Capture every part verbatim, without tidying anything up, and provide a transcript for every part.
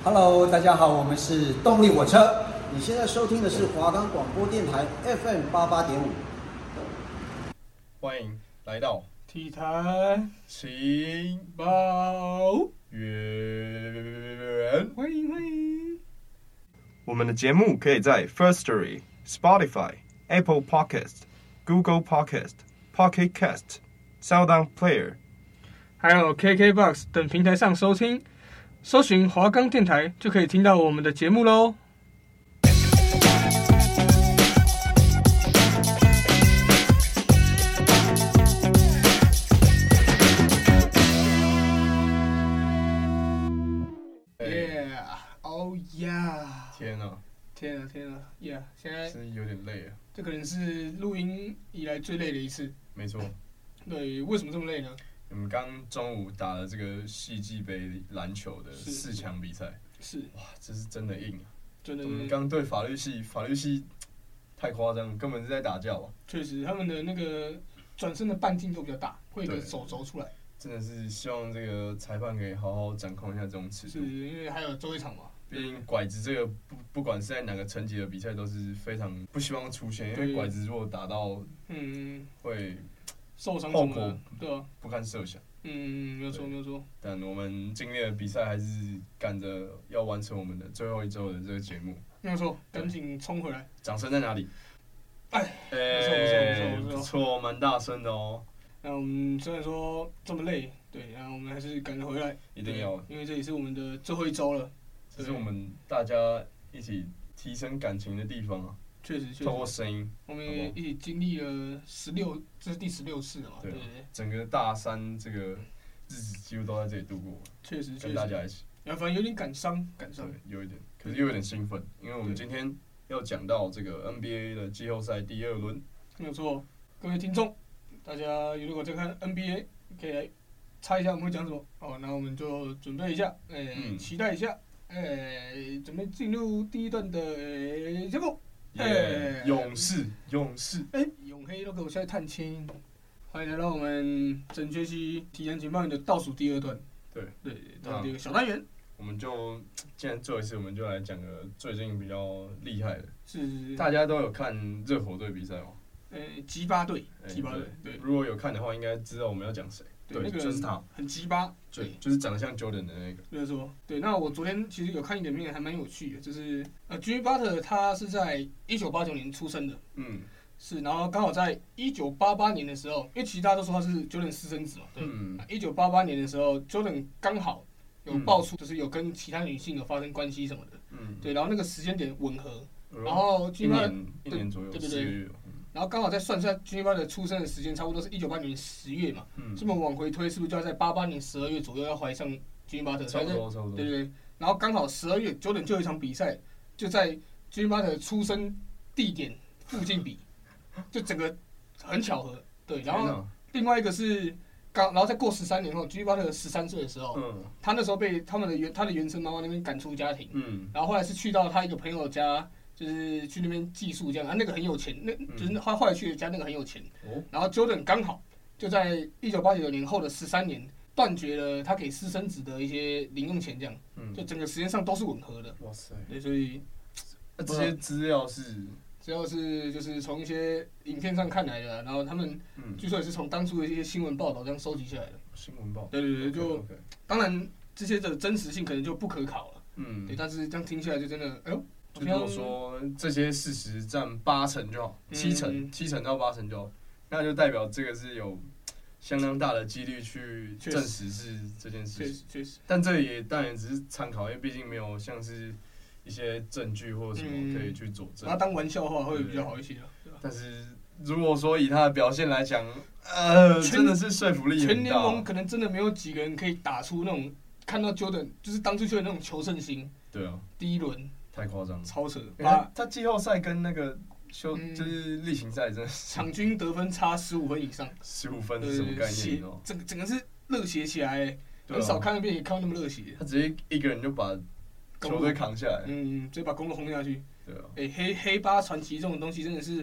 Hello， 大家好，我们是动力火车。 你现在收听的是华冈广播电台 F M 八八点五。 欢迎来到体坛情报员， 欢迎欢迎。 我们的节目可以在 Firstory、Spotify、Apple Podcast、Google Podcast、Pocket Cast、SoundOn Player， 还有 K K B O X 等平台上收听，搜寻华冈电台就可以听到我们的节目喽。 天啊！ 天啊天啊 ，Yeah！ 现在是有点累啊。 这可能是录音以来最累的一次。 没错。 对，为什么这么累呢？ 我们刚中午打了这个系际杯篮球的四强比赛。 是。 哇，这是真的硬啊！ 真的。 我们刚对法律系，法律系太夸张，根本是在打架吧？ 确实，他们的那个转身的半径都比较大，会有个手肘出来。 真的是希望这个裁判可以好好掌控一下这种尺度。 是因为还有最后一场嘛。 毕竟拐子这个不不管是在哪个层级的比赛都是非常不希望出现，因为拐子如果打到，嗯，会受伤， 后果对啊， 不堪设想。 嗯，没有错没有错。 但我们今天的比赛还是赶着要完成我们的最后一周的这个节目。 没有错，赶紧冲回来！ 掌声在哪里？ 哎， 哎，不错，蛮大声的哦。 那我们虽然说这么累，对，然后我们还是赶着回来， 一定要， 因为这也是我们的最后一周了。 这是我们大家一起提升感情的地方啊！ 确实，确实。 透过声音， 我们也一起经历了十六，这是第十六次了嘛？对对对。 整个大三这个日子几乎都在这里度过。 确实，确实。 跟大家一起。 然后反正有点感伤，感伤。 对，有一点，可是又有点兴奋，因为我们今天要讲到这个 N B A 的季后赛第二轮。 没有错，各位听众，大家如果在看 N B A， 可以来猜一下我们会讲什么哦。那我们就准备一下，哎、嗯，期待一下。哎，准备进入第一段的节目。 耶！勇士，勇士， 哎，永黑都给我下来探亲。欢迎来到我们整学期体验情报员的倒数第二段。 对对，倒数第二个小单元。 我们就既然最后一次，我们就来讲个最近比较厉害的。 是是是。大家都有看热火队比赛吗？ 呃，吉巴队，吉巴队。对。 如果有看的话，应该知道我们要讲谁。 对，那个就是他， 很鸡巴， 对，就是长得像 Jordan 的那个。 没有错，对。那我昨天其实有看一点片，还蛮有趣的，就是呃 ，Jimmy Butler 他是在一九八九年出生的，嗯，是，然后刚好在一九八八年的时候，因为其实大家都说他是 Jordan 私生子嘛，对，一九八八年的时候 ，Jordan 刚好有爆出，就是有跟其他女性有发生关系什么的，嗯，对，然后那个时间点吻合，然后 Jimmy Butler 一年左右， 对对对。然后刚好再算出来 Jimmy Butler 的出生的时间，差不多是一九八九年十月嘛。嗯。这么往回推，是不是就要在八八年十二月左右要怀上 Jimmy Butler？ 差不多，差不多。 对对对。然后刚好十二月 Jordan 就有一场比赛，就在 Jimmy Butler 出生地点附近比，就整个很巧合。对。然后另外一个是刚，然后再过十三年后 ，Jimmy Butler 十三岁的时候，嗯，他那时候被他们的原他的原生妈妈那边赶出家庭，嗯，然后后来是去到他一个朋友家。就是去那边寄宿这样，啊，那个很有钱，那就是他后来去的家那个很有钱。哦。然后 Jordan 刚好就在一九八九年后的十三年断绝了他给私生子的一些零用钱，这样，嗯，就整个时间上都是吻合的。哇塞！对，所以， 那这些资料是， 资料是就是从一些影片上看来的，然后他们据说也是从当初的一些新闻报道这样收集下来的。 新闻报道。 对对对，就当然这些的真实性可能就不可考了。嗯。对，但是这样听起来就真的，哎呦。 就如果说这些事实占八成就好，七成七成到八成就好，那就代表这个是有相当大的几率去证实是这件事情。 确实， 但这也当然只是参考，因为毕竟没有像是一些证据或什么可以去佐证。 把它当玩笑话会比较好一些啊。 但是如果说以他的表现来讲，呃，真的是说服力很大。 全联盟可能真的没有几个人可以打出那种看到 Jordan 就是当初就有那种求胜心。 对啊。 第一轮。 太夸张了， 超扯！ 他他季后赛跟那个休、嗯、就是例行赛真的是场均得分差十五分以上。 十五分是什么概念？ 整个整个是热血起来、欸，很少看那边也看到那么热血。 他直接一个人就把球队扛下来， 嗯，直接把公路轰下去。 对啊， 哎、欸，黑黑八传奇这种东西真的是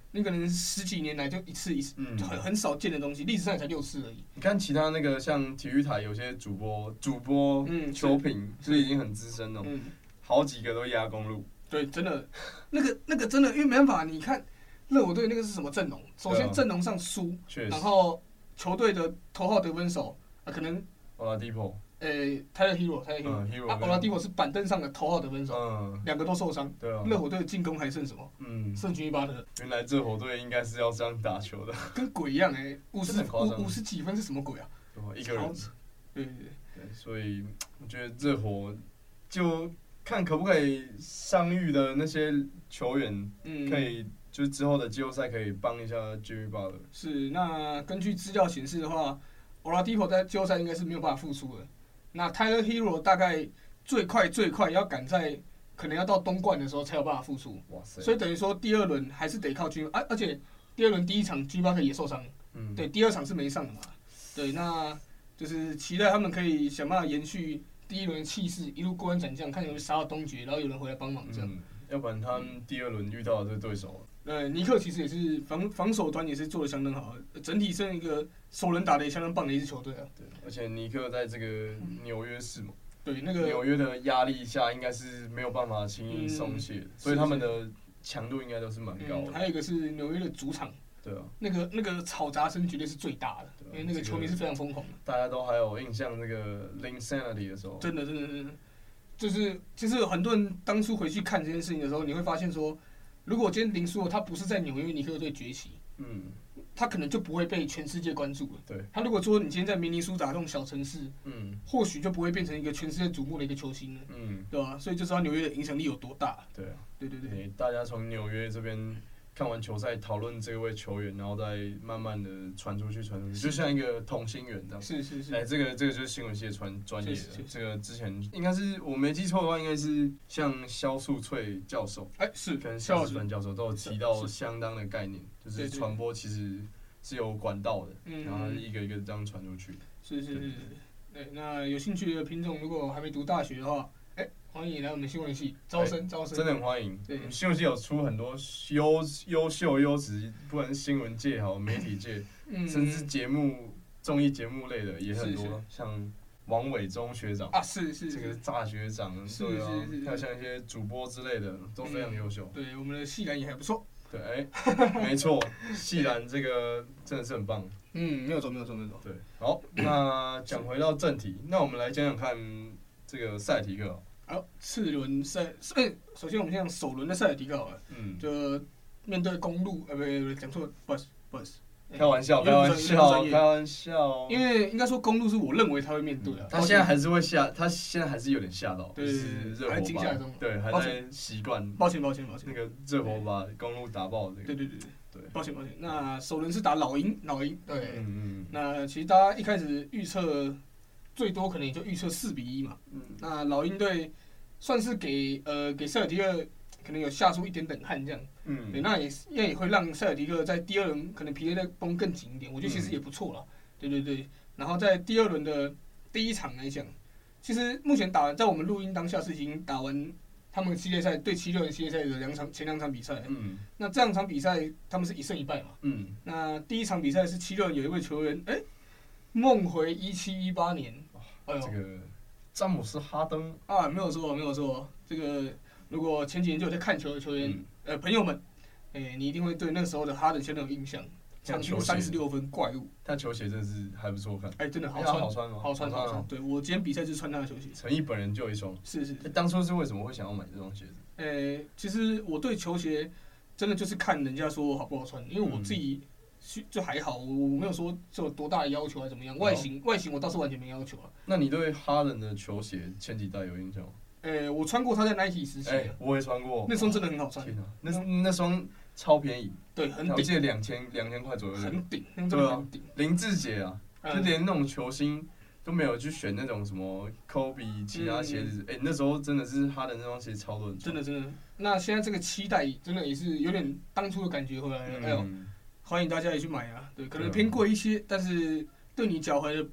你可能十几年来就一次一次， 嗯， 很很少见的东西，历史上也才六次而已。 你看其他那个像体育台有些主播主播嗯球评就是已经很资深了， 嗯， 好几个都压公路。 对，真的，那个那个真的，因为没办法，你看热火队那个是什么阵容？首先阵容上输，然后球队的头号得分手啊，可能 Oladipo， 诶，Tyler Hero，Tyler Hero，啊 ，Oladipo 是板凳上的头号得分手，嗯，两个都受伤。 对啊， 热火队的进攻还剩什么？嗯，剩Jimmy Butler。 原来热火队应该是要这样打球的， 跟鬼一样哎，五十五五十几分是什么鬼啊？ 一个人。 对对对，所以我觉得热火就看可不可以伤愈的那些球员，嗯，可以就是之后的季后赛可以帮一下 Jimmy Butler。 是，那根据资料显示的话 ，Oladipo 在季后赛应该是没有办法复出的。那 Tyler Hero 大概最快最快要赶在可能要到东冠的时候才有办法复出。哇塞！所以等于说第二轮还是得靠 Jimmy，啊，而且第二轮第一场 Jimmy Butler 也受伤，嗯，对，第二场是没上的嘛。对，那就是期待他们可以想办法延续第一轮的气势，一路过关斩将，看有没有杀到东决，然后有人回来帮忙这样。嗯， 要不然他们第二轮遇到的这个对手， 呃，尼克其实也是防防守端也是做的相当好，整体是一个首轮打的也相当棒的一支球队啊。 对，而且尼克在这个纽约市嘛， 对那个纽约的压力下，应该是没有办法轻易松懈的，嗯，所以他们的强度应该都是蛮高的， 嗯。还有一个是纽约的主场。 对啊， 那个那个吵杂声绝对是最大的，因为那个球迷是非常疯狂的。 大家都还有印象那个 Linsanity 的时候， 真的真的真的，就是其实很多人当初回去看这件事情的时候，你会发现说，如果今天林书豪他不是在纽约尼克队崛起，嗯，他可能就不会被全世界关注了。 对， 他如果说你今天在明尼苏达这种小城市，嗯，或许就不会变成一个全世界瞩目的一个球星了，嗯，对吧？所以就知道纽约的影响力有多大。 对啊， 对对对， 大家从纽约这边看完球赛，讨论这位球员，然后再慢慢的传出去，传出去，就像一个同心圆这样。 是是是。 哎，这个这个就是新闻系的专专业的。这个之前应该是我没记错的话，应该是像萧树翠教授， 哎，是跟萧志芬教授都有提到相当的概念，就是传播其实是有管道的，然后一个一个这样传出去。 是是是。对，那有兴趣的品种，如果还没读大学的话，欢迎来我们新闻系招生，招生真的很欢迎。对，新闻系有出很多优优秀、优质，不管是新闻界好、媒体界，嗯、甚至节目、综艺节目类的也很多，是是像王伟忠学长啊，是是这个大学长，对啊，还有像一些主播之类的，都非常优秀。 嗯、对，我们的系篮也还不错。 对，哎、欸，没错，系篮这个真的是很棒。 嗯，没有错，没有错，没有错。 对，好，那讲回到正题，那我们来讲讲看这个塞尔提克。 好，次轮赛，哎，首先我们先讲首轮的塞尔提克好了，嗯，就面对公路，呃，不不，讲错 ，bus bus， 开玩笑，开玩笑，开玩笑。 因为应该说公路是我认为他会面对的， 他现在还是会吓，他现在还是有点吓到， 对，还惊吓中， 对，还在习惯。 抱歉，抱歉，抱歉。 那个热火把公路打爆，这个。 对对对对，抱歉抱歉。那首轮是打老鹰，老鹰，对，嗯嗯。那其实大家一开始预测。最多可能也就预测四比一嘛，嗯，那老鹰队算是给呃给塞尔提克可能有下出一点冷汗这样，嗯，对，那也那也会让塞尔提克在第二轮可能皮带绷更紧一点，我觉得其实也不错啦，对对对，然后在第二轮的第一场来讲，其实目前打完在我们录音当下是已经打完他们系列赛对七六人系列赛的两场前两场比赛，嗯，那这两场比赛他们是一胜一败嘛，嗯，那第一场比赛是七六人有一位球员，哎、欸，梦回一七一八年。 这个詹姆斯哈登啊，没有错，没有错。这个如果前几年就有在看球的球员，嗯、呃，朋友们，哎、欸，你一定会对那时候的哈登相当有印象。场均三十六分，怪物。 他球鞋真的是还不错看。 哎、欸，真的好穿， 好穿吗？ 好穿，好穿。对我今天比赛就是穿他的球鞋。 陈毅本人就有一双。 是是。 当初是为什么会想要买这双鞋子？ 哎、欸，其实我对球鞋真的就是看人家说好不好穿，因为我自己。嗯就还好，我没有说这有多大的要求还是怎么样。外形、哦、外形我倒是完全没要求啊。 那你对哈登的球鞋前几代有印象吗？ 诶、欸，我穿过他在 Nike 时期、欸， 我也穿过， 那双真的很好穿。 天啊，那那双超便宜， 对，很顶， 我记得两千两千块左右。 很顶，真的很顶。 林志杰啊，嗯、就连那种球星都没有去选那种什么 Kobe 其他鞋子。哎、嗯欸，那时候真的是哈登那双鞋超多人穿。 真的真的。那现在这个期待真的也是有点当初的感觉回来了。嗯、哎呦。欢迎大家也去买啊，对，可能偏贵一些，但是对你脚踝的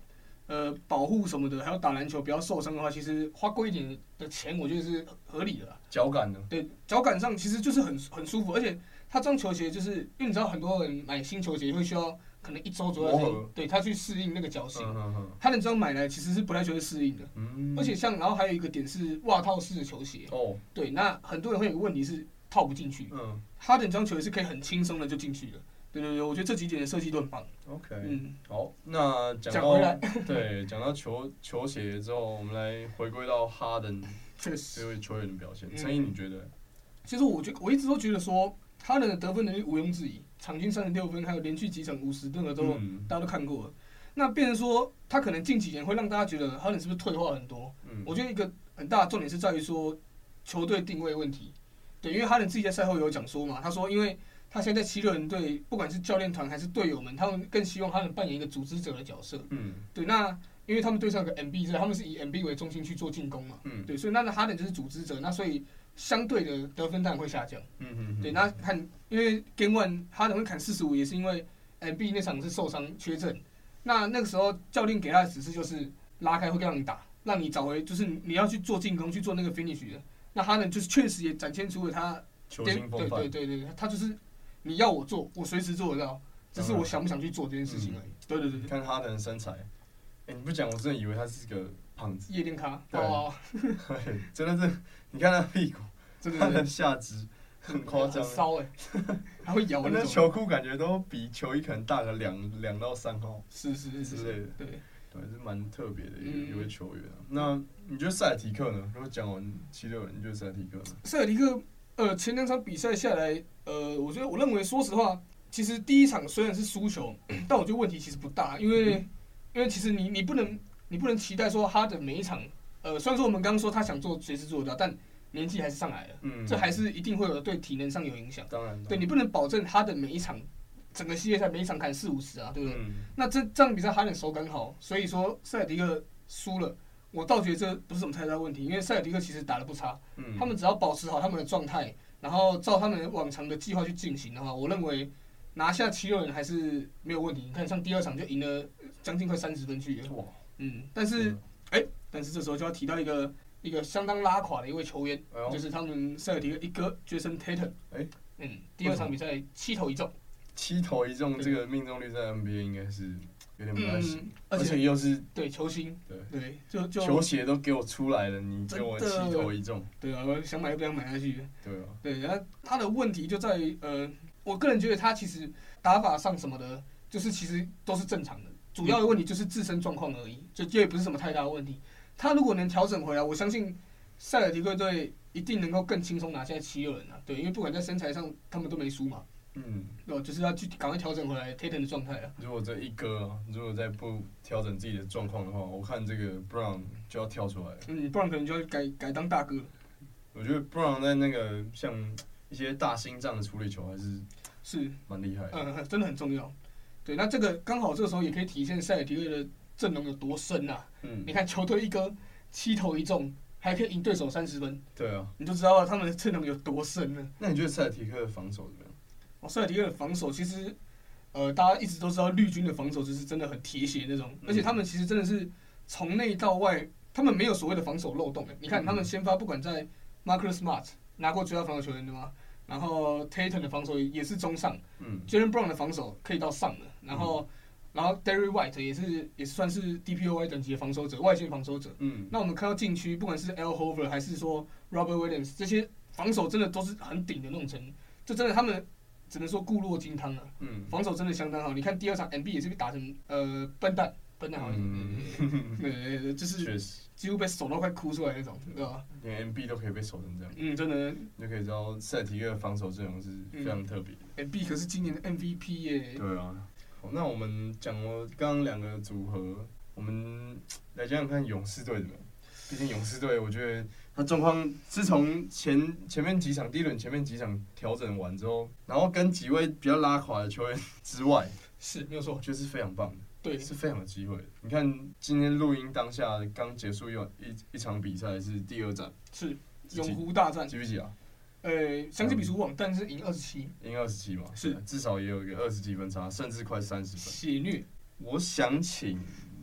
呃保护什么的，还有打篮球不要受伤的话，其实花贵一点的钱，我觉得是合理的啦。 脚感呢？ 对，脚感上其实就是很很舒服，而且它这双球鞋就是因为你知道很多人买新球鞋会需要可能一周左右的，对他去适应那个脚型，他能这样买来其实是不太需要适应的。嗯，而且像然后还有一个点是袜套式的球鞋，哦，对，那很多人会有个问题是套不进去，嗯，哈登这双球鞋是可以很轻松的就进去的。对对对，我觉得这几点的设计都很棒。 OK， 嗯，好，那讲到对讲到球球鞋之后，我们来回归到哈登这位球员的表现。陈毅，你觉得？ 其实我觉我一直都觉得说，哈登的得分能力毋庸置疑，场均三十六分，还有连续几场五十，这个都、嗯、大家都看过了。那变成说，他可能近几年会让大家觉得哈登是不是退化很多？嗯，我觉得一个很大的重点是在于说球队定位问题。对，因为哈登自己在赛后有讲说嘛，他说因为他现在在七六人队，不管是教练团还是队友们，他们更希望他能扮演一个组织者的角色。嗯，对，那因为他们队上有个 M B 在，他们是以 M B 为中心去做进攻嘛。嗯，对，所以那哈登就是组织者，那所以相对的得分当然会下降。嗯嗯，对，那看因为 Game One 哈登会砍四十五，也是因为 M B 那场是受伤缺阵。那那个时候教练给他的指示就是拉开会让你打，让你找回就是你要去做进攻，去做那个 finish 的。那哈登就是确实也展现出了他球星风范。 对对对对，他就是。你要我做，我随时做得到，只是我想不想去做这件事情而已。嗯、对对对对。 看哈登的身材，哎、欸，你不讲，我真的以为他是个胖子。 夜店咖。 对。哦、真的是，你看他屁股，他的下肢很夸张。 骚哎，他会摇那种。 那球裤感觉都比球衣可能大个两两到三号。 是是是之类的。 对。 对，是蛮特别的一位球员、啊嗯、那你觉得塞尔提克呢？如果讲完七六人，你觉得塞尔提克呢？ 塞尔提克。呃，前两场比赛下来，呃，我觉得我认为，说实话，其实第一场虽然是输球，但我觉得问题其实不大，因为，因为其实你你不能你不能期待说哈登每一场，呃，虽然说我们刚刚说他想做随时做得到，但年纪还是上来了，嗯，这还是一定会有对体能上有影响。 当然， 对你不能保证哈登每一场整个系列赛每一场砍四五十啊，对不对？嗯、那这这场比赛哈登手感好，所以说塞尔迪克输了。我倒觉得这不是什么太大问题，因为塞尔迪克其实打得不差，嗯、他们只要保持好他们的状态，然后照他们往常的计划去进行的话，我认为拿下七六人还是没有问题。你看，像第二场就赢了将近快三十分去了，嗯，但是哎、欸，但是这时候就要提到一个一个相当拉垮的一位球员，哎、就是他们塞尔迪克一哥Jason Tatum，哎，嗯，第二场比赛七投一中， 七投一中，这个命中率在 N B A 应该是。有点不太行、嗯，而且又是对球星，对对，就就球鞋都给我出来了，你给我七投一中， 对啊，我想买又不想买下去， 对啊， 对，然后他的问题就在于，呃，我个人觉得他其实打法上什么的，就是其实都是正常的，主要的问题就是自身状况而已，就这也不是什么太大的问题。他如果能调整回来，我相信塞尔提克队一定能够更轻松拿下七六人啊，对，因为不管在身材上，他们都没输嘛。嗯，对，就是要去赶快调整回来 Tatum 的状态啊。 如果这一哥啊，如果再不调整自己的状况的话，我看这个 Brown 就要跳出来了。 嗯 ，Brown 可能就要改改当大哥。 我觉得 Brown 在那个像一些大心脏的处理球还是是蛮厉害的。 嗯，真的很重要。对，那这个刚好这个时候也可以体现塞尔提克的阵容有多深啊。嗯，你看球队一哥七投一中，还可以赢对手三十分。 对啊， 你就知道他们的阵容有多深了。 那你觉得塞尔提克的防守怎么样？ 哦，塞尔提克的防守其实，呃，大家一直都知道绿军的防守就是真的很铁血那种，嗯、而且他们其实真的是从内到外，他们没有所谓的防守漏洞的。你看他们先发，不管在 Marcus Smart 拿过最佳防守球员的吗？然后 Tatum 的防守也是中上，嗯 ，Jaylen Brown 的防守可以到上的，然后，嗯、然后 Derrick White 也是也算是 D P O Y 等级的防守者，外线防守者。嗯，那我们看到禁区，不管是 Al Horford 还是说 Robert Williams 这些防守真的都是很顶的那种程度，就真的他们。只能说固若金汤啊，嗯，防守真的相当好。你看第二场 M B 也是被打成呃笨蛋，笨蛋好像，嗯、对对对，就是几乎被守到快哭出来那种，对吧？ 连 M B 都可以被守成这样， 嗯，真的， 你就可以知道塞尔提克的防守阵容是非常特别的。 嗯、M B 可是今年的 M V P 耶。 对啊，好，那我们讲了刚刚两个组合，我们来讲讲看勇士队怎么样。毕竟勇士队，我觉得他状况是从前前面几场第一轮前面几场调整完之后，然后跟几位比较拉垮的球员之外， 是没有错， 我觉得是非常棒的， 对， 是非常有机会的。你看今天录音当下刚结束一一一场比赛是第二战， 是永湖大战， 几比几啊？ 呃，相信比输网，但是赢二十七， 赢二十七嘛，是至少也有一个二十几分差，甚至快三十分， 血虐。 我想请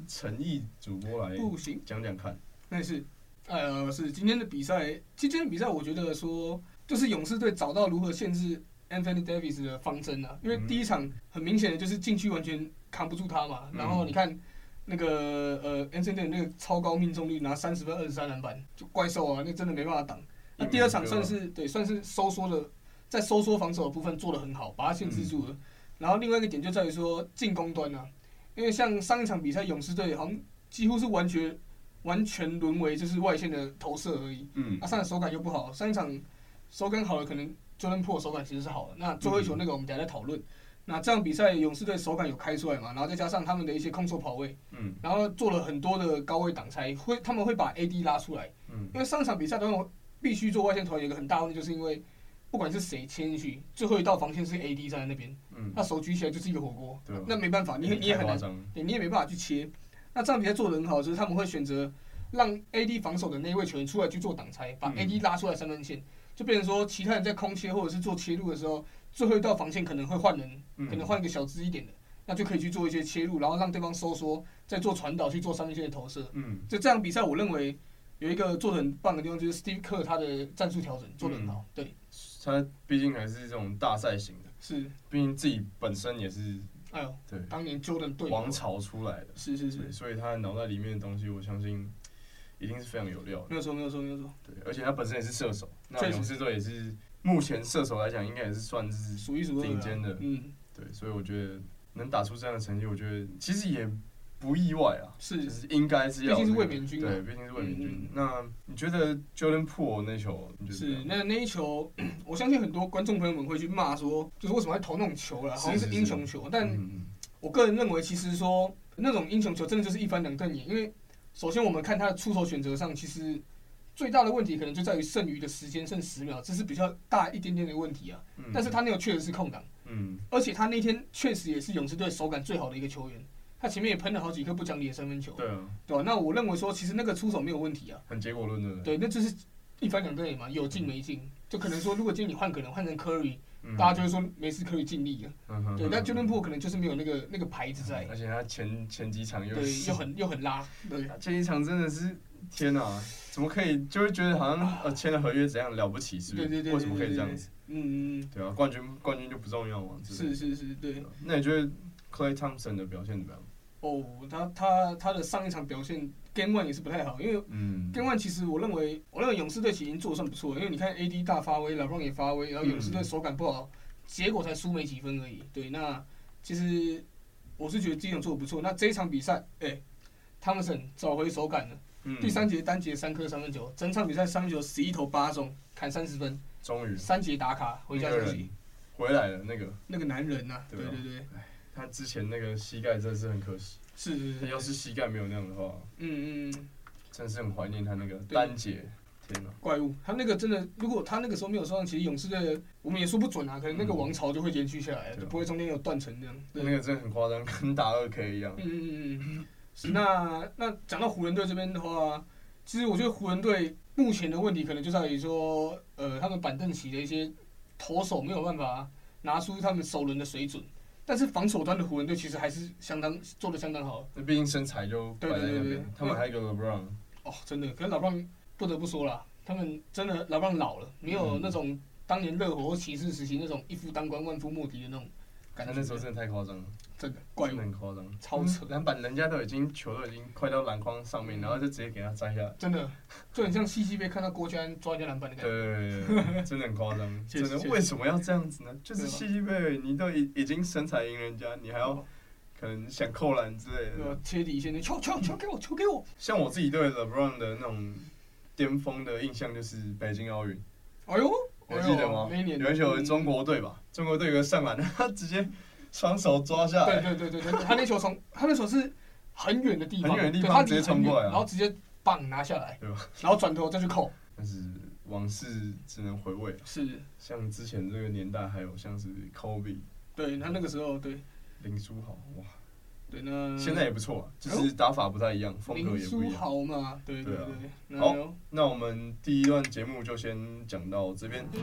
陈毅主播来不行讲讲看。 那是，呃，是今天的比赛。其实今天的比赛，我觉得说，就是勇士队找到如何限制 Anthony Davis 的方针啊。因为第一场很明显的就是禁区完全扛不住他嘛。嗯、然后你看那个呃 Anthony Davis 那个超高命中率，拿三十分、二十三篮板，就怪兽啊，那真的没办法挡。那第二场算是对，算是收缩的，在收缩防守的部分做得很好，把他限制住了。嗯、然后另外一个点就在于说进攻端啊，因为像上一场比赛，勇士队好像几乎是完全完全沦为就是外线的投射而已。嗯，啊，上场手感又不好，上一场手感好了，可能Jordan Poole手感其实是好的。那最后一球那个我们等一下再讨论。嗯、那这场比赛勇士队手感有开出来嘛，然后再加上他们的一些控球跑位，嗯，然后做了很多的高位挡拆，会他们会把 A D 拉出来。嗯，因为上场比赛都必须做外线投，有一个很大的问题，就是因为不管是谁切进去，最后一道防线是 A D 站在那边，嗯，他手举起来就是一个火锅，对，那没办法，你你也很难，对，你也没办法去切。那这场比赛做得很好，就是他们会选择让 A D 防守的那一位球员出来去做挡拆，把 A D 拉出来三分线，就变成说其他人在空切或者是做切入的时候，最后一道防线可能会换人，可能换一个小只一点的，那就可以去做一些切入，然后让对方收缩，再做传导去做三分线的投射。嗯，就这场比赛，我认为有一个做得很棒的地方，就是 Steve Kerr 他的战术调整做得很好。嗯、对， 他毕竟还是这种大赛型的， 是， 毕竟自己本身也是。 哎呦， 对， 当年 Jordan 队王朝出来的， 是是是， 所以他脑袋里面的东西，我相信一定是非常有料的。 没有错，没有错，没有错。 对，而且他本身也是射手，那勇士队也是目前射手来讲，应该也是算是数一数二顶尖的。嗯，对，所以我觉得能打出这样的成绩，我觉得其实也不意外啊， 是， 就是应该是要、 毕竟是卫冕军、啊， 对，毕竟是卫冕军。嗯、那你觉得 Jordan Poole 那球，你觉得是那那一球，我相信很多观众朋友们会去骂说，就是为什么会投那种球啦，好像是英雄球，但。嗯我个人认为，其实说那种英雄球真的就是一翻两瞪眼，因为首先我们看他的出手选择上，其实最大的问题可能就在于剩余的时间剩十秒，这是比较大一点点的问题啊。嗯、但是他那个确实是空档，嗯，而且他那天确实也是勇士队手感最好的一个球员，他前面也喷了好几颗不讲理的三分球， 对啊， 对吧、啊？那我认为说，其实那个出手没有问题啊， 很结果论的， 对，那就是一翻两瞪眼嘛，有进没进，就可能说，如果今天你换可能换成 Curry。大家就会说没事可以尽力了，嗯、对，但 Jordan Poole 可能就是没有那个那个牌子在， 而且他前前几场又对又很又很拉，对， 前几场真的是天哪、啊，怎么可以就会觉得好像呃签了合约怎样了不起是不是？ 对对对， 为什么可以这样子？ 嗯嗯， 对啊，冠军冠军就不重要嘛， 是是是，对。 那你觉得 Klay Thompson 的表现怎么样？ 哦，他他他的上一场表现 Game One 也是不太好，因为 Game One 其实我认为我认为勇士队其实已经做得算不错了，因为你看 A D 大发威，LeBron 也发威，然后勇士队手感不好，结果才输没几分而已。对，那其实我是觉得这场做得不错。那这一场比赛，哎 ，Thompson 找回手感了，嗯、第三节单节三颗三分球，整场比赛三分球十一投八中，砍三十分， 终于三节打卡回家休息， 回来了那个那个男人呐、啊，对对对。 他之前那个膝盖真的是很可惜， 是是是。 要是膝盖没有那样的话， 嗯嗯， 真是很怀念他那个单节，天哪！ 怪物，他那个真的，如果他那个时候没有受伤，其实勇士队我们也说不准啊，可能那个王朝就会延续下来，嗯、就不会中间有断层这样。 那个真的很夸张，跟打二 K 一样。 嗯嗯嗯嗯。是那那讲到湖人队这边的话，其实我觉得湖人队目前的问题可能就在于说，呃，他们板凳席的一些投手没有办法拿出他们首轮的水准。但是防守端的湖人队其实还是相当做得相当好。 那毕竟身材就摆在那边，他们还有一个 LeBron。 哦，真的，可是 LeBron 不得不说啦，他们真的 LeBron 老了，没有那种当年热火或骑士时期那种一夫当关万夫莫敌的那种感觉。 他那时候真的太夸张了， 真的怪物， 很夸张， 超扯。 篮板人家都已经球都已经快到篮筐上面，然后就直接给他摘下来。 真的，就很像西西杯看到郭嘉安抓人家篮板的感觉。 对，真的很夸张。真的，为什么要这样子呢？就是西西杯，你都已已经身材赢人家，你还要可能想扣篮之类的。 对，切底线，球球球给我，球给我。 像我自己对 LeBron 的那种巅峰的印象就是北京奥运。 哎呦， 你记得吗？有一球中国队吧，中国队有个上篮，他直接双手抓下来。 对对对对对，他那球从他那球是很远的地方， 很远的地方直接冲过来， 然后直接棒拿下来， 对吧？ 然后转头再去扣。 但是往事只能回味。 是。 像之前这个年代，还有像是 Kobe。 对他那个时候，对。 林书豪，哇。 对，那现在也不错，就是打法不太一样，风格也不一样。 林书豪嘛，对对对。好，那我们第一段节目就先讲到这边。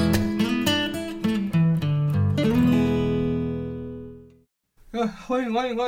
呃，欢迎欢迎欢迎，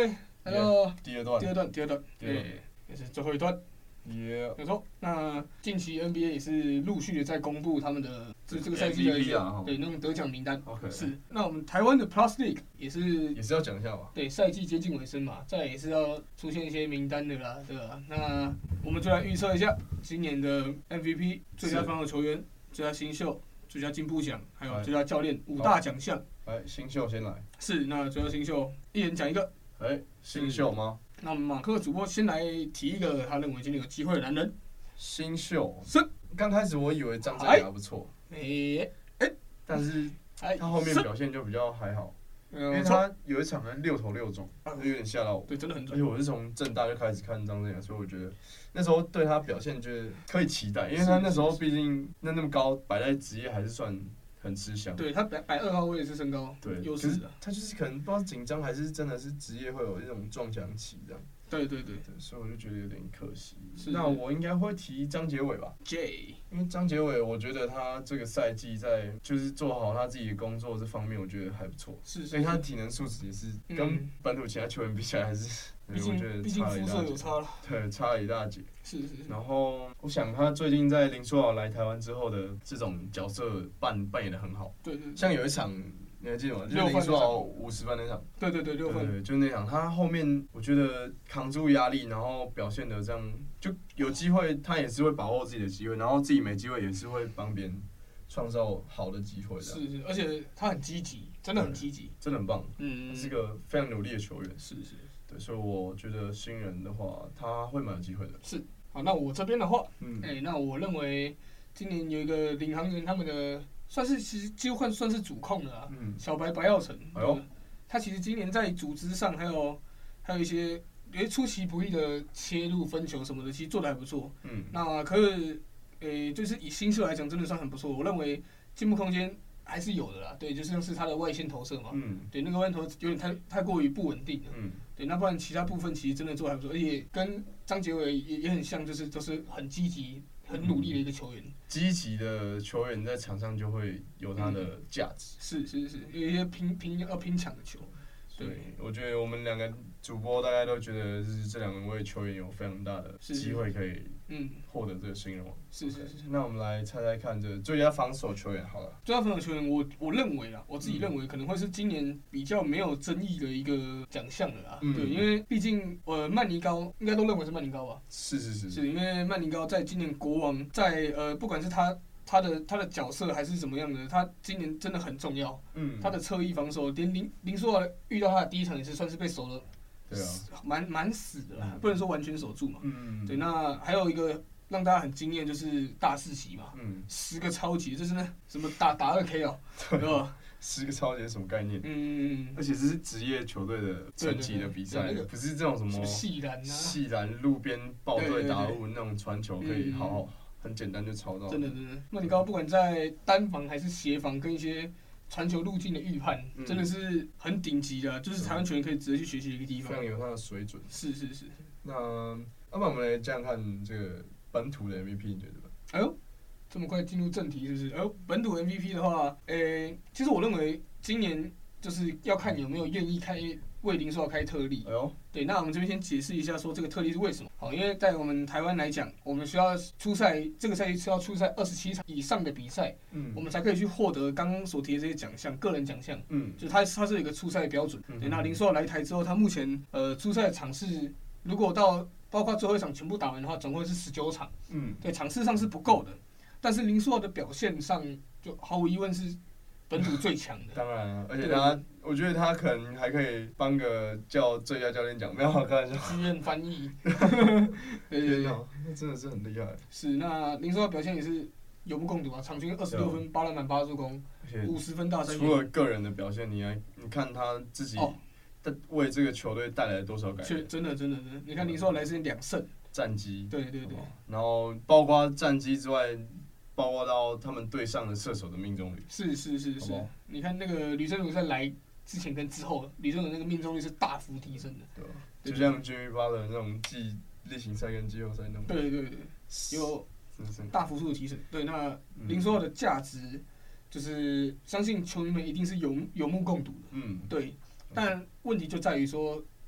来到第二段， 第二段，第二段，对，也是最后一段。 也没错，那近期 N B A 也是陆续的在公布他们的这这个赛季的一些、啊、对那种得奖名单。 OK， 是。那我们台湾的 Plus League 也是也是要讲一下吧。 对，赛季接近尾声嘛，再来也是要出现一些名单的啦，对吧？那我们就来预测一下今年的 M V P、最佳防守球员、最佳新秀、最佳进步奖，还有最佳教练五大奖项。 来，新秀先来。 是，那最佳新秀一人讲一个。 哎，新秀吗？ 那我们马克主播先来提一个他认为今年有机会的男人。 新秀是。 刚开始我以为张镇雅不错， 哎哎， 但是他后面表现就比较还好，因为他有一场六投六中，有点吓到我。 对，真的很准。 而且我是从政大就开始看张镇雅，所以我觉得那时候对他表现就是可以期待，因为他那时候毕竟那那么高，摆在职业还是算很吃香。 对他摆摆二号位也是身高优势的， 他就是可能不知道紧张还是真的是职业会有一种撞墙期这样。 对对对， 所以我就觉得有点可惜。那我应该会提张杰伟吧 ，J， 因为张杰伟，我觉得他这个赛季在就是做好他自己的工作这方面，我觉得还不错。 是， 所以他的体能素质也是跟本土其他球员比起来，还是毕竟毕竟肤色有差了， 对，差了一大截。 是是是。 然后我想他最近在林书豪来台湾之后的这种角色扮扮演的很好。 对对。 像有一场。你还记得吗？就是林书豪五十分那场。 对对对，六分。 对，就那场，他后面我觉得扛住压力，然后表现的这样，就有机会他也是会把握自己的机会，然后自己没机会也是会帮别人创造好的机会的。 是是，而且他很积极，真的很积极， 真的很棒。 嗯， 他是个非常努力的球员。 是是。 对，所以我觉得新人的话，他会蛮有机会的。 是。好，那我这边的话， 嗯， 哎、欸，那我认为今年有一个领航员他们的。算是其实几乎算是主控的啊，嗯、小白白耀成，哎呦，他其实今年在组织上还有还有一些有些出其不意的切入分球什么的，其实做的还不错。嗯，那可是，诶、欸，就是以新秀来讲，真的算很不错。我认为进步空间还是有的啦。对，就像是他的外线投射嘛，嗯，对，那个外线投有点太太过于不稳定了。嗯，对，那不然其他部分其实真的做的还不错，而且跟张杰伟也也很像，就是都是很积极。很努力的一个球员， 积极的球员在场上就会有他的价值。 嗯、是是是，有一些拼拼要拼抢的球。 对，我觉得我们两个主播大家都觉得是这两位球员有非常大的机会可以嗯获得这个新人王。 是是是。 那我们来猜猜看，这最佳防守球员好了。 最佳防守球员，我我认为啦，我自己认为可能会是今年比较没有争议的一个奖项了啦。嗯、对，因为毕竟呃曼尼高应该都认为是曼尼高吧。 是是是。 是因为曼尼高在今年国王在呃不管是他。他的他的角色还是怎么样的？他今年真的很重要。嗯，他的侧翼防守，连林林书豪遇到他的第一场也是算是被守的， 对啊， 蛮蛮死的啦，嗯、不能说完全守住嘛。嗯对，那还有一个让大家很惊艳就是大四喜嘛，嗯，十个超级，这是那什么打打二 K 哦，对吧？ 十个超级是什么概念？ 嗯， 而且这是职业球队的层级的比赛，不是这种什么细篮啊、 细篮路边爆队打入那种传球可以好好。很简单就抄到， 真的真的。曼尼高不管在单防还是协防，跟一些传球路径的预判，嗯、真的是很顶级的，就是台湾球员可以值得去学习的一个地方。 非常有他的水准。 是是是。 那要不然我们来这样看这个本土的 M V P， 你觉得？ 哎呦，这么快进入正题是不是？哎呦，本土 M V P 的话，诶、欸，其实我认为今年就是要看有没有愿意开。为林书豪开特例，哎呦，对，那我们这边先解释一下，说这个特例是为什么？好，因为在我们台湾来讲，我们需要出赛，这个赛季是要出赛二十七场以上的比赛，嗯，我们才可以去获得刚刚所提的这些奖项，个人奖项，嗯，就它它是有一个出赛标准。嗯、对，那林书豪来台之后，他目前呃出赛场次，如果到包括最后一场全部打完的话，总共是十九场，嗯，对，场次上是不够的，但是林书豪的表现上，就毫无疑问是本土最强的。 当然啊，而且他。我觉得他可能还可以颁个叫最佳教练奖，没有开玩笑。 剧院翻译， 对对对，那真的是很厉害。 是，那林书豪表现也是有目共睹啊，场均二十六分、八篮板、八助攻，五十分大三元。 除了个人的表现，你还你看他自己为这个球队带来了多少改变？ 真的真的真的，你看林书豪来之前两胜战绩， 对对对， 然后包括战绩之外。包括到他们队上的射手的命中率， 是是是是，好好你看那个吕正儒在来之前跟之后，吕正儒那个命中率是大幅提升的， 对吧？就像 Jimmy Butler 那种季例行赛跟季后赛那种， 对对对，有大幅度的提升。对，那林书豪的价值就是相信球迷们一定是有有目共睹的，嗯，对。但问题就在于说，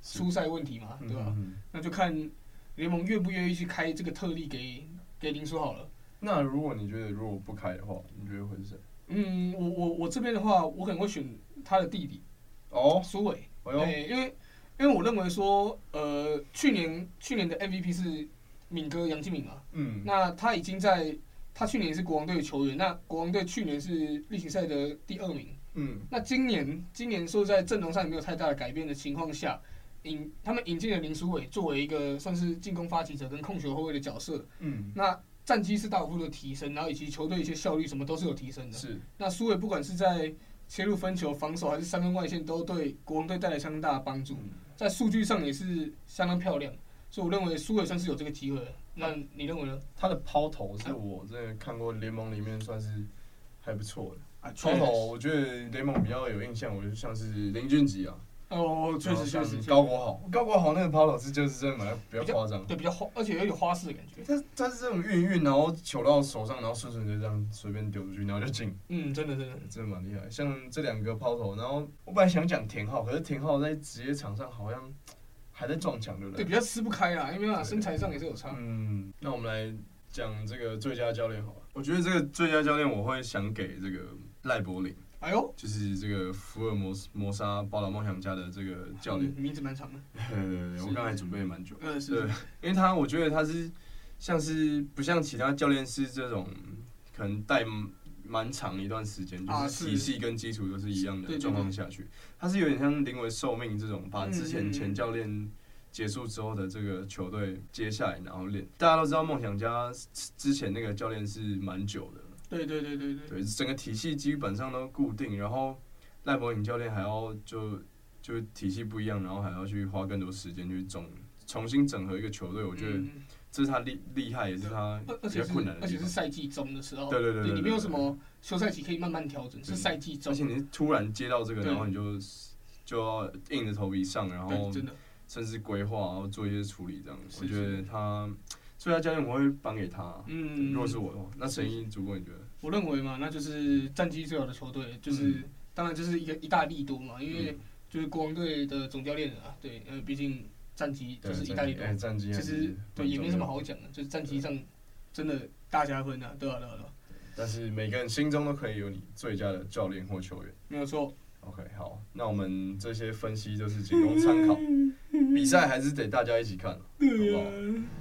出赛问题嘛，对吧、啊嗯嗯？那就看联盟愿不愿意去开这个特例给给林书豪了。 那如果你觉得如果不开的话，你觉得会是谁？ 嗯，我我我这边的话，我可能会选他的弟弟哦， 苏伟。 哎呦， 欸、因为因为我认为说，呃，去年去年的 M V P 是敏哥杨敬敏嘛，嗯，那他已经在他去年是国王队的球员，那国王队去年是例行赛的第二名，嗯，那今年今年说在阵容上也没有太大的改变的情况下，引他们引进了林书伟作为一个算是进攻发起者跟控球后卫的角色，嗯，那战绩是大幅度的提升，然后以及球队一些效率什么都是有提升的， 是， 那书伟不管是在切入分球、防守还是三分外线，都对国王队带来相当大的帮助。嗯、在数据上也是相当漂亮，所以我认为苏伟算是有这个机会的。那你认为呢？ 他的抛投是我真的看过联盟里面算是还不错的。啊、抛投我觉得联盟比较有印象，我就像是林俊杰啊。 哦，确实确实。 高国豪，高国豪那个抛投是就是真的蛮比较夸张， 对，比较花，而且有点花式的感觉。 他他是这种运运，然后球到手上，然后顺顺就这样随便丢出去，然后就进。 嗯，真的真的真的蛮厉害。像这两个抛投，然后我本来想讲田浩，可是田浩在职业场上好像还在撞墙，对不对？ 对，比较吃不开啦，因为身材上也是有差。 嗯，那我们来讲这个最佳教练好了。我觉得这个最佳教练我会想给这个赖柏林。 哎呦， 就是这个福尔摩摩沙宝岛梦想家的这个教练， 嗯、名字蛮长的。 对对对，我刚才准备蛮久。 嗯，是。 对，因为他我觉得他是像是不像其他教练是这种可能带蛮长一段时间，就是体系跟基础都是一样的状况下去，他是有点像临危受命这种，把之前前教练结束之后的这个球队接下来然后练。大家都知道梦想家之前那个教练是蛮久的。 对对对对对， 对，整个体系基本上都固定，然后赖柏林教练还要就就体系不一样，然后还要去花更多时间去重重新整合一个球队，我觉得这是他厉厉害，也是他比较困难的地方。 而且是赛季中的时候， 对对对， 你没有什么休赛期可以慢慢调整，是赛季中。 而且你突然接到这个，然后你就就要硬着头皮上，然后甚至规划，然后做一些处理，这样。我觉得他。最佳教练我会颁给他，嗯，如果是我的话，那陈一主播你觉得？ 我认为嘛，那就是战绩最好的球队，就是、嗯、当然就是一个一大利多嘛，因为就是国王队的总教练啊，对，呃，毕竟战绩就是一大利多， 欸、战绩其实对也没什么好讲的，就是战绩上真的大加分啊，对吧、啊？对吧、啊？对吧、啊？ 但是每个人心中都可以有你最佳的教练或球员， 没有错。 OK， 好，那我们这些分析都是仅供参考，比赛还是得大家一起看，好不好？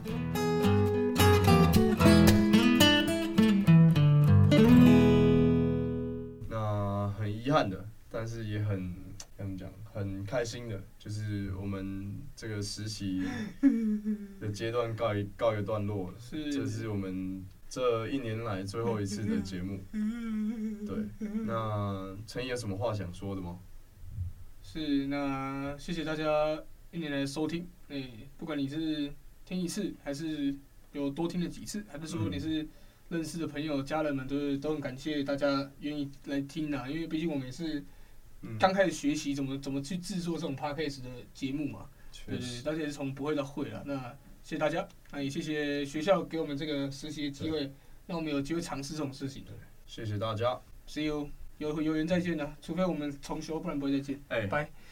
那很遗憾的，但是也很怎么讲，很开心的，就是我们这个实习的阶段告一告一个段落了， 是， 这是我们这一年来最后一次的节目。对，那陈毅有什么话想说的吗？ 是，那谢谢大家一年来的收听。诶、欸，不管你是听一次，还是有多听了几次，还是说你是认识的朋友、家人们，都是都很感谢大家愿意来听啊。因为毕竟我们也是刚开始学习怎么怎么去制作这种 podcast 的节目嘛。对对，大家也是从不会到会了。那谢谢大家，那也谢谢学校给我们这个实习的机会，让我们有机会尝试这种事情。 谢谢大家 ，See you， 有有缘再见啊！除非我们重修，不然不会再见。 哎， 拜。